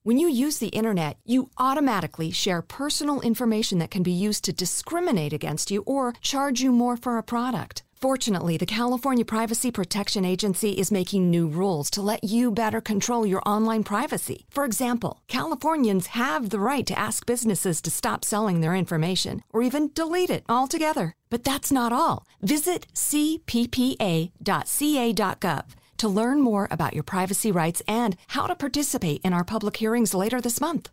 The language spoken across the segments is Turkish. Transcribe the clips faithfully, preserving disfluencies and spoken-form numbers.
When you use the internet, you automatically share personal information that can be used to discriminate against you or charge you more for a product. Fortunately, the California Privacy Protection Agency is making new rules to let you better control your online privacy. For example, Californians have the right to ask businesses to stop selling their information or even delete it altogether. But that's not all. Visit c p p a dot c a dot gov to learn more about your privacy rights and how to participate in our public hearings later this month.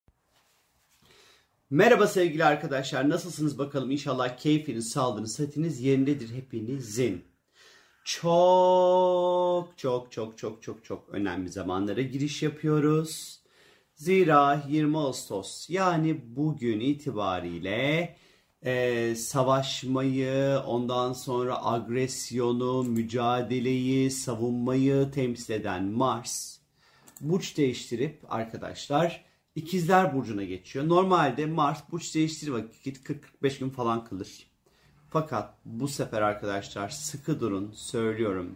Merhaba sevgili arkadaşlar, nasılsınız bakalım? İnşallah keyfiniz, sağlığınız, sıhhatiniz yerindedir hepinizin. Çok çok çok çok çok çok önemli zamanlara giriş yapıyoruz. Zira yirmi Ağustos yani bugün itibariyle e, savaşmayı, ondan sonra agresyonu, mücadeleyi, savunmayı temsil eden Mars burç değiştirip arkadaşlar İkizler Burcu'na geçiyor. Normalde Mars burç değiştirir vakit kırk kırk beş gün falan kalır. Fakat bu sefer arkadaşlar sıkı durun, söylüyorum.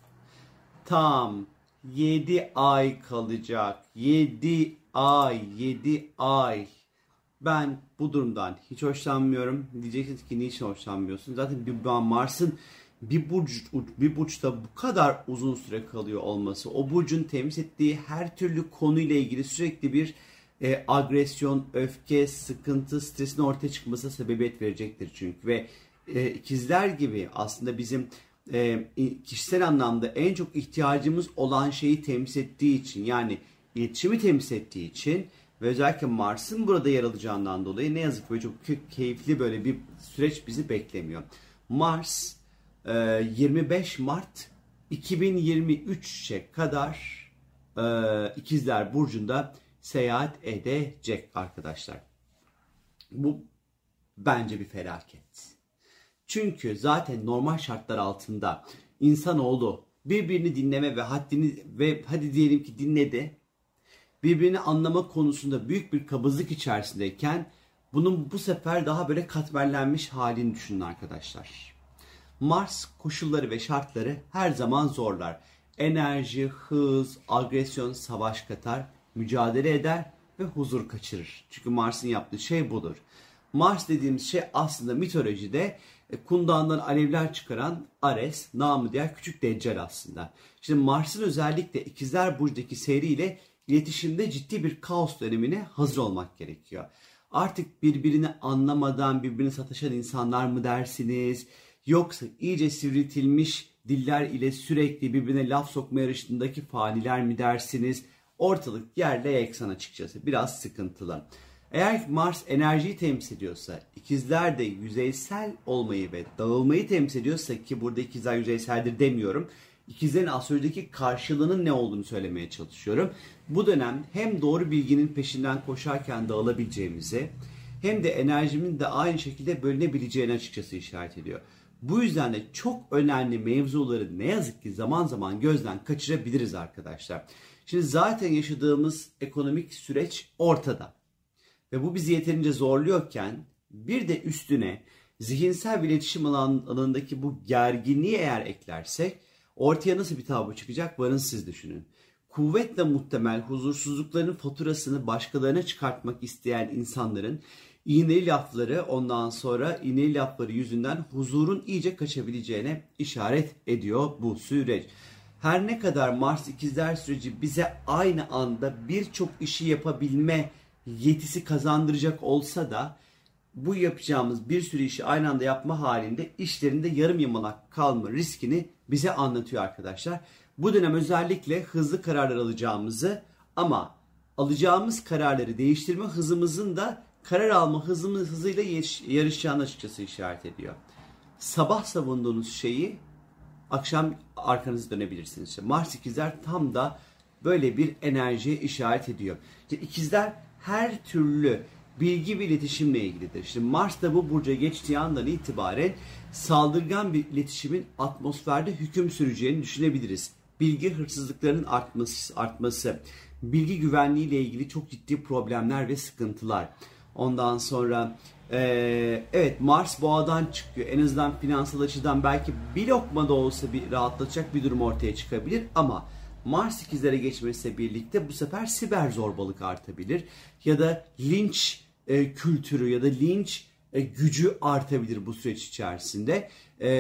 Tam yedi ay kalacak. yedi ay, yedi ay. Ben bu durumdan hiç hoşlanmıyorum. Diyeceksiniz ki niçin hoşlanmıyorsun? Zaten bir Mars'ın bir burç bir burçta bu kadar uzun süre kalıyor olması, o burcun temsil ettiği her türlü konuyla ilgili sürekli bir E, agresyon, öfke, sıkıntı, stresin ortaya çıkmasına sebebiyet verecektir çünkü. Ve e, ikizler gibi aslında bizim e, kişisel anlamda en çok ihtiyacımız olan şeyi temsil ettiği için, yani iletişimi temsil ettiği için ve özellikle Mars'ın burada yer alacağından dolayı ne yazık ki böyle çok keyifli böyle bir süreç bizi beklemiyor. Mars e, yirmi beş Mart iki bin yirmi üçe kadar e, İkizler Burcu'nda seyahat edecek arkadaşlar. Bu bence bir felaket. Çünkü zaten normal şartlar altında insanoğlu birbirini dinleme ve haddini ve hadi diyelim ki dinledi, birbirini anlama konusunda büyük bir kabızlık içerisindeyken bunun bu sefer daha böyle katmerlenmiş halini düşünün arkadaşlar. Mars koşulları ve şartları her zaman zorlar. Enerji, hız, agresyon, savaş katar, mücadele eder ve huzur kaçırır. Çünkü Mars'ın yaptığı şey budur. Mars dediğimiz şey aslında mitolojide kundağından alevler çıkaran Ares, namı diğer küçük Deccal aslında. Şimdi Mars'ın özellikle İkizler Burcu'daki seyriyle iletişimde ciddi bir kaos dönemine hazır olmak gerekiyor. Artık birbirini anlamadan birbirine sataşan insanlar mı dersiniz? Yoksa iyice sivriltilmiş diller ile sürekli birbirine laf sokma yarışındaki faniler mi dersiniz? Ortalık yerle yeksan açıkçası. Biraz sıkıntılı. Eğer Mars enerjiyi temsil ediyorsa, ikizler de yüzeysel olmayı ve dağılmayı temsil ediyorsa, ki burada ikizler yüzeyseldir demiyorum. İkizlerin astrolojideki karşılığının ne olduğunu söylemeye çalışıyorum. Bu dönem hem doğru bilginin peşinden koşarken dağılabileceğimizi, hem de enerjimin de aynı şekilde bölünebileceğini açıkçası işaret ediyor. Bu yüzden de çok önemli mevzuları ne yazık ki zaman zaman gözden kaçırabiliriz arkadaşlar. Şimdi zaten yaşadığımız ekonomik süreç ortada. Ve bu bizi yeterince zorluyorken bir de üstüne zihinsel iletişim alanındaki bu gerginliği eğer eklersek ortaya nasıl bir tablo çıkacak varın siz düşünün. Kuvvetle muhtemel huzursuzlukların faturasını başkalarına çıkartmak isteyen insanların iğneli lafları, ondan sonra iğneli lafları yüzünden huzurun iyice kaçabileceğine işaret ediyor bu süreç. Her ne kadar Mars ikizler süreci bize aynı anda birçok işi yapabilme yetisi kazandıracak olsa da bu yapacağımız bir sürü işi aynı anda yapma halinde işlerinde yarım yamalak kalma riskini bize anlatıyor arkadaşlar. Bu dönem özellikle hızlı kararlar alacağımızı, ama alacağımız kararları değiştirme hızımızın da karar alma hızımız hızıyla yarışacağını açıkçası işaret ediyor. Sabah savunduğunuz şeyi akşam arkanızı dönebilirsiniz. İşte Mars ikizler tam da böyle bir enerjiye işaret ediyor. İşte ikizler her türlü bilgi ve iletişimle ilgilidir. İşte Mars da bu burca geçtiği andan itibaren saldırgan bir iletişimin atmosferde hüküm süreceğini düşünebiliriz. Bilgi hırsızlıklarının artması, artması, bilgi güvenliği ile ilgili çok ciddi problemler ve sıkıntılar. Ondan sonra Ee, evet Mars boğadan çıkıyor. En azından finansal açıdan belki bir lokma da olsa bir rahatlatacak bir durum ortaya çıkabilir. Ama Mars ikizlere geçmesiyle birlikte bu sefer siber zorbalık artabilir. Ya da linç e, kültürü ya da linç e, gücü artabilir bu süreç içerisinde. E,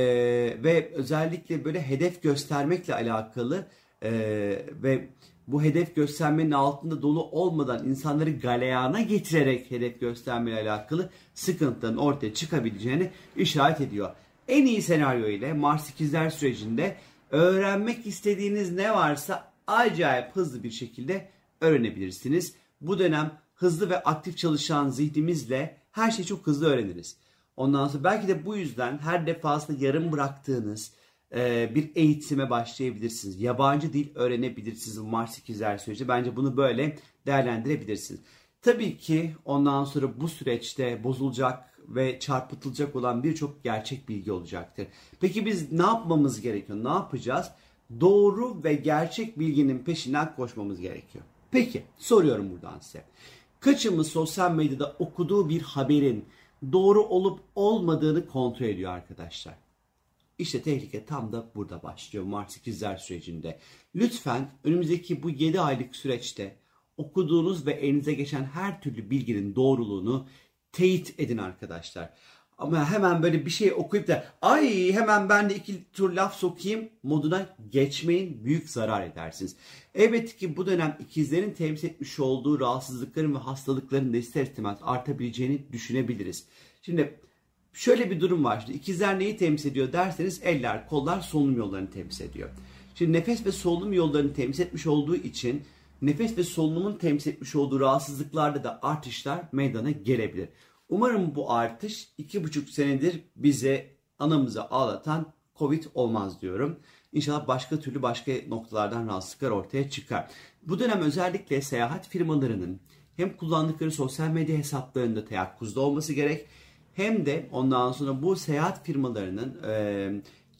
ve özellikle böyle hedef göstermekle alakalı e, ve bu hedef göstermenin altında dolu olmadan insanları galeyana getirerek hedef göstermeyle alakalı sıkıntıların ortaya çıkabileceğini işaret ediyor. En iyi senaryo ile Mars ikizler sürecinde öğrenmek istediğiniz ne varsa acayip hızlı bir şekilde öğrenebilirsiniz. Bu dönem hızlı ve aktif çalışan zihnimizle her şeyi çok hızlı öğreniriz. Ondan sonra belki de bu yüzden her defasında yarım bıraktığınız e, bir eğitime başlayabilirsiniz. Yabancı dil öğrenebilirsiniz Mars ikizler süreci. Bence bunu böyle değerlendirebilirsiniz. Tabii ki ondan sonra bu süreçte bozulacak ve çarpıtılacak olan birçok gerçek bilgi olacaktır. Peki biz ne yapmamız gerekiyor? Ne yapacağız? Doğru ve gerçek bilginin peşinden koşmamız gerekiyor. Peki soruyorum buradan size. Kaçımız sosyal medyada okuduğu bir haberin doğru olup olmadığını kontrol ediyor arkadaşlar? İşte tehlike tam da burada başlıyor Mars ikizler sürecinde. Lütfen önümüzdeki bu yedi aylık süreçte okuduğunuz ve elinize geçen her türlü bilginin doğruluğunu teyit edin arkadaşlar. Ama hemen böyle bir şey okuyup da ay hemen ben de iki tur laf sokayım moduna geçmeyin, büyük zarar edersiniz. Elbette ki bu dönem ikizlerin temsil etmiş olduğu rahatsızlıkların ve hastalıkların da ister istemez artabileceğini düşünebiliriz. Şimdi şöyle bir durum var. Şimdi ikizler neyi temsil ediyor derseniz eller, kollar, solunum yollarını temsil ediyor. Şimdi nefes ve solunum yollarını temsil etmiş olduğu için nefes ve solunumun temsil etmiş olduğu rahatsızlıklarda da artışlar meydana gelebilir. Umarım bu artış iki buçuk senedir bize anamıza ağlatan Covid olmaz diyorum. İnşallah başka türlü başka noktalardan rahatsızlıklar ortaya çıkar. Bu dönem özellikle seyahat firmalarının hem kullandıkları sosyal medya hesaplarında teyakkuzda olması gerek, hem de ondan sonra bu seyahat firmalarının e,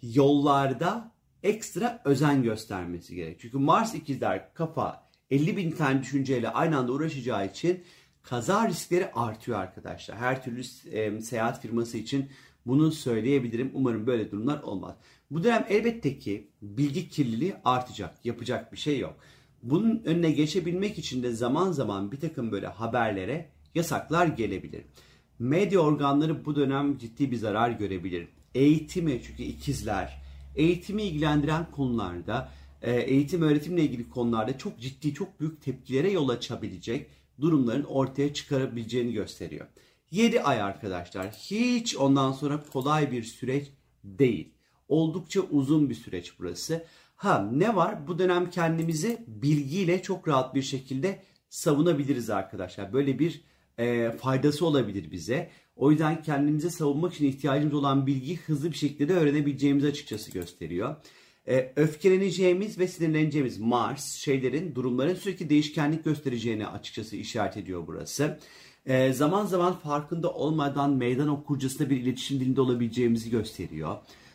yollarda ekstra özen göstermesi gerek. Çünkü Mars ikizler kafa elli bin tane düşünceyle aynı anda uğraşacağı için kaza riskleri artıyor arkadaşlar. Her türlü e, seyahat firması için bunu söyleyebilirim. Umarım böyle durumlar olmaz. Bu dönem elbette ki bilgi kirliliği artacak. Yapacak bir şey yok. Bunun önüne geçebilmek için de zaman zaman bir takım böyle haberlere yasaklar gelebilir. Medya organları bu dönem ciddi bir zarar görebilir. Eğitimi, çünkü ikizler eğitimi ilgilendiren konularda, eğitim öğretimle ilgili konularda çok ciddi, çok büyük tepkilere yol açabilecek durumların ortaya çıkarabileceğini gösteriyor. yedi ay arkadaşlar hiç ondan sonra kolay bir süreç değil. Oldukça uzun bir süreç burası. Ha ne var? Bu dönem kendimizi bilgiyle çok rahat bir şekilde savunabiliriz arkadaşlar. Böyle bir e, faydası olabilir bize. O yüzden kendimizi savunmak için ihtiyacımız olan bilgiyi hızlı bir şekilde de öğrenebileceğimizi açıkçası gösteriyor. E, öfkeleneceğimiz ve sinirleneceğimiz Mars şeylerin, durumların sürekli değişkenlik göstereceğini açıkçası işaret ediyor burası. E, zaman zaman farkında olmadan meydan okurcasına bir iletişim dilinde olabileceğimizi gösteriyor.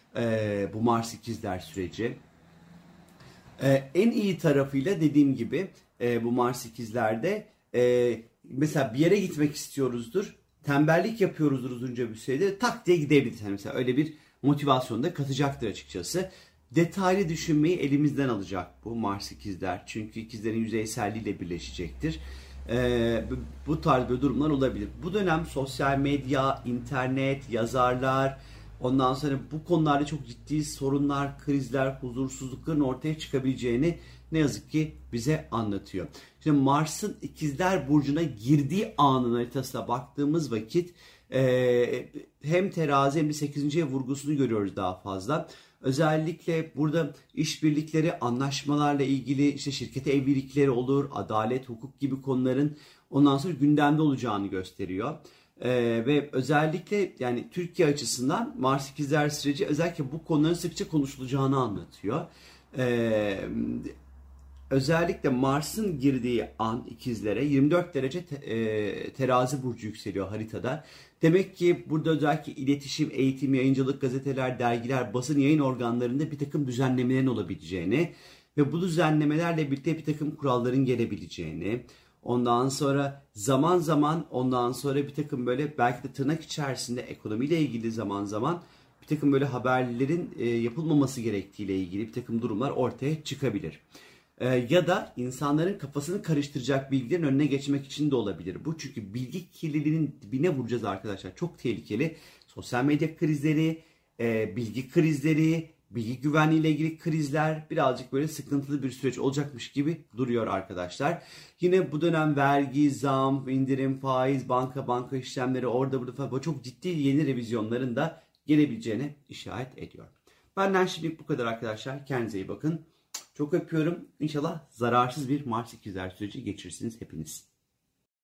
E, bu Mars ikizler süreci. E, en iyi tarafıyla dediğim gibi e, bu Mars ikizlerde e, mesela bir yere gitmek istiyoruzdur. Tembellik yapıyoruzdur uzunca bir sürede, tak diye gidebiliriz. Yani mesela öyle bir motivasyon da katacaktır açıkçası. Detaylı düşünmeyi elimizden alacak bu Mars ikizler. Çünkü ikizlerin yüzeyselliğiyle birleşecektir. Ee, bu tarz böyle durumlar olabilir. Bu dönem sosyal medya, internet, yazarlar, ondan sonra bu konularda çok ciddi sorunlar, krizler, huzursuzlukların ortaya çıkabileceğini ne yazık ki bize anlatıyor. Şimdi Mars'ın ikizler burcuna girdiği anın haritasına baktığımız vakit e, hem terazi hem de sekizinci ev vurgusunu görüyoruz daha fazla. Özellikle burada işbirlikleri, anlaşmalarla ilgili işte şirkete evlilikleri olur, adalet, hukuk gibi konuların ondan sonra gündemde olacağını gösteriyor. Ee, ve özellikle yani Türkiye açısından Mars ikizler süreci özellikle bu konuların sıkça konuşulacağını anlatıyor. Ee, özellikle Mars'ın girdiği an ikizlere yirmi dört derece te, e, terazi burcu yükseliyor haritada. Demek ki burada özellikle iletişim, eğitim, yayıncılık, gazeteler, dergiler, basın yayın organlarında bir takım düzenlemelerin olabileceğini ve bu düzenlemelerle birlikte bir takım kuralların gelebileceğini, ondan sonra zaman zaman ondan sonra bir takım böyle belki de tırnak içerisinde ekonomiyle ilgili zaman zaman bir takım böyle haberlerin e, yapılmaması gerektiğiyle ilgili bir takım durumlar ortaya çıkabilir. Ee, ya da insanların kafasını karıştıracak bilgilerin önüne geçmek için de olabilir bu. Çünkü bilgi kirliliğinin dibine vuracağız arkadaşlar. Çok tehlikeli. Sosyal medya krizleri, e, bilgi krizleri, bilgi güvenliği ile ilgili krizler birazcık böyle sıkıntılı bir süreç olacakmış gibi duruyor arkadaşlar. Yine bu dönem vergi, zam, indirim, faiz, banka banka işlemleri orada burada falan çok ciddi yeni revizyonların da gelebileceğine işaret ediyor. Benden şimdilik bu kadar arkadaşlar. Kendinize iyi bakın. Çok öpüyorum. İnşallah zararsız bir Mars ikizler süreci geçirirsiniz hepiniz.